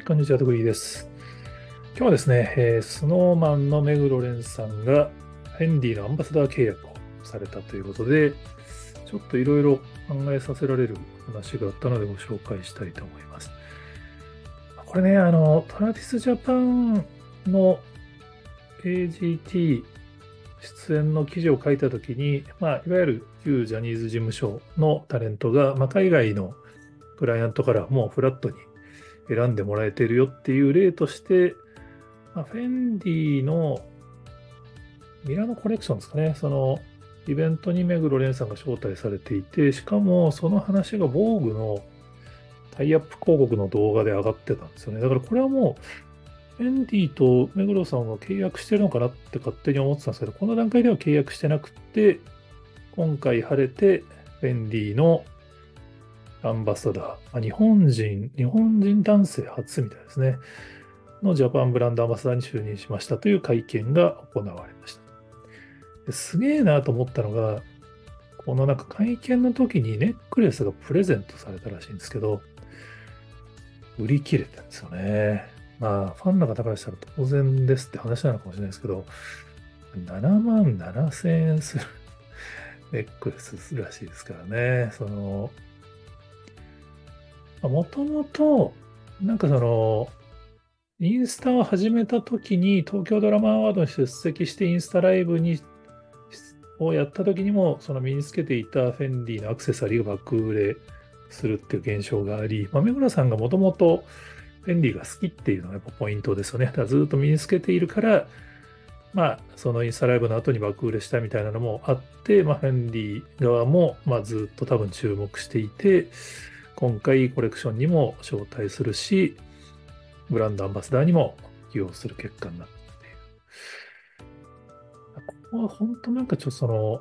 こんにちは、徳井です。今日はですね、スノーマンの目黒蓮さんがフェンディのアンバサダー契約をされたということで、ちょっといろいろ考えさせられる話があったのでご紹介したいと思います。これね、トラビスジャパンの AGT 出演の記事を書いたときに、いわゆる旧ジャニーズ事務所のタレントが、海外のクライアントからもうフラットに選んでもらえているよっていう例として、フェンディのミラノコレクションですかね、そのイベントに目黒蓮さんが招待されていて、しかもその話が防具のタイアップ広告の動画で上がってたんですよね。だからこれはもう、フェンディと目黒さんは契約してるのかなって勝手に思ってたんですけど、この段階では契約してなくて、今回晴れて、フェンディのアンバサダー、日本人男性初みたいですね。のジャパンブランドアンバサダーに就任しましたという会見が行われました。すげえなと思ったのが、このなんか会見の時にネックレスがプレゼントされたらしいんですけど、売り切れてるんですよね。ファンの方からしたら当然ですって話なのかもしれないですけど、7万7千円するネックレスらしいですからね。もともと、インスタを始めた時に東京ドラマアワードに出席してインスタライブをやった時にもその身につけていたフェンディのアクセサリーが爆売れするっていう現象があり、目黒さんがもともとフェンディが好きっていうのがやっぱポイントですよね。だからずっと身につけているから、そのインスタライブの後に爆売れしたみたいなのもあって、フェンディ側もずっと多分注目していて、今回コレクションにも招待するし、ブランドアンバサダーにも起用する結果になったっていう。ここは本当なんかちょっと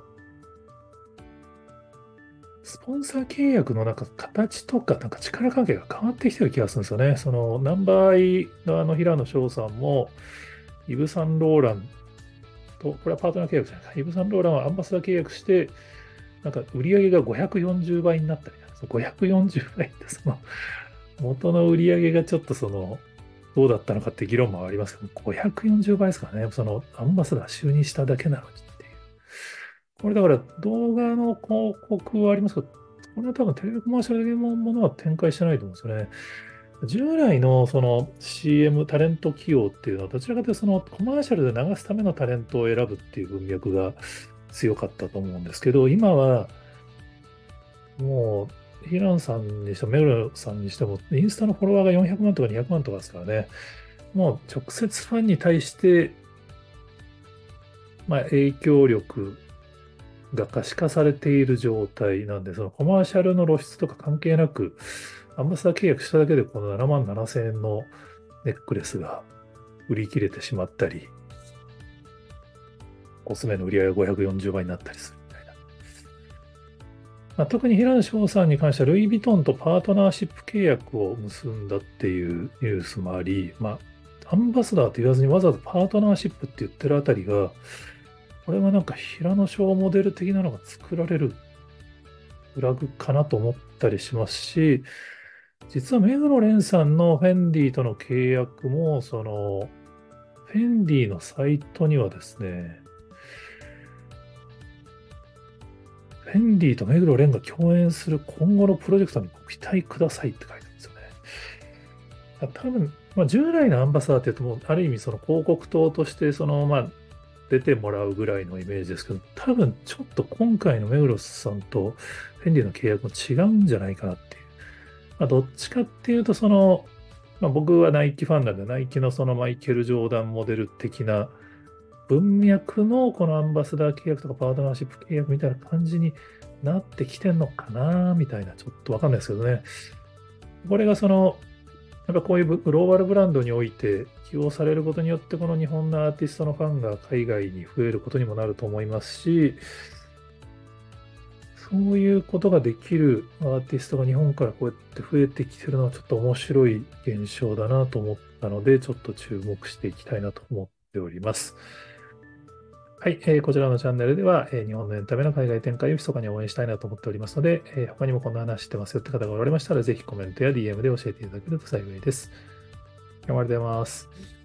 スポンサー契約のなんか形とかなんか力関係が変わってきてる気がするんですよね。そのナンバーイ側の平野翔さんもイヴ・サンローランと、これはパートナー契約じゃないか。イヴ・サンローランはアンバサダー契約して、なんか売り上げが540倍になったみたいな。540倍って元の売り上げがちょっとどうだったのかって議論もありますけど、540倍ですからね。そのアンバサダー就任しただけなのにっていう。これだから動画の広告はありますけど、これは多分テレビコマーシャル的なものは展開してないと思うんですよね。従来のその CM、タレント起用っていうのは、どちらかというとそのコマーシャルで流すためのタレントを選ぶっていう文脈が強かったと思うんですけど、今はもう、平野さんにしても、目黒さんにしても、インスタのフォロワーが400万とか200万とかですからね、もう直接ファンに対して、影響力が可視化されている状態なんで、そのコマーシャルの露出とか関係なく、アンバサダー契約しただけでこの7万7千円のネックレスが売り切れてしまったり、コスメの売り上げが540倍になったりするみたいな。特に平野翔さんに関しては、ルイ・ヴィトンとパートナーシップ契約を結んだっていうニュースもあり、アンバサダーと言わずにわざわざパートナーシップって言ってるあたりが、これはなんか平野翔モデル的なのが作られるフラグかなと思ったりしますし、実は目黒蓮さんのフェンディとの契約も、フェンディのサイトにはですね、フェンディと目黒蓮が共演する今後のプロジェクトにご期待くださいって書いてあるんですよね。多分、従来のアンバサダーっていうと、もうある意味その広告塔として出てもらうぐらいのイメージですけど、多分ちょっと今回の目黒さんとフェンディの契約も違うんじゃないかなっていう。どっちかっていうと、僕はナイキファンなんで、ナイキのそのマイケル・ジョーダンモデル的な文脈のこのアンバサダー契約とかパートナーシップ契約みたいな感じになってきてんのかな、みたいな、ちょっとわかんないですけどね。これがやっぱこういうグローバルブランドにおいて起用されることによって、この日本のアーティストのファンが海外に増えることにもなると思いますし、そういうことができるアーティストが日本からこうやって増えてきてるのはちょっと面白い現象だなと思ったので、ちょっと注目していきたいなと思っております。はい、こちらのチャンネルでは、日本のエンタメの海外展開を密かに応援したいなと思っておりますので、他にもこんな話してますよって方がおられましたら、ぜひコメントや DM で教えていただけると幸いです。 今日もありがとうございます。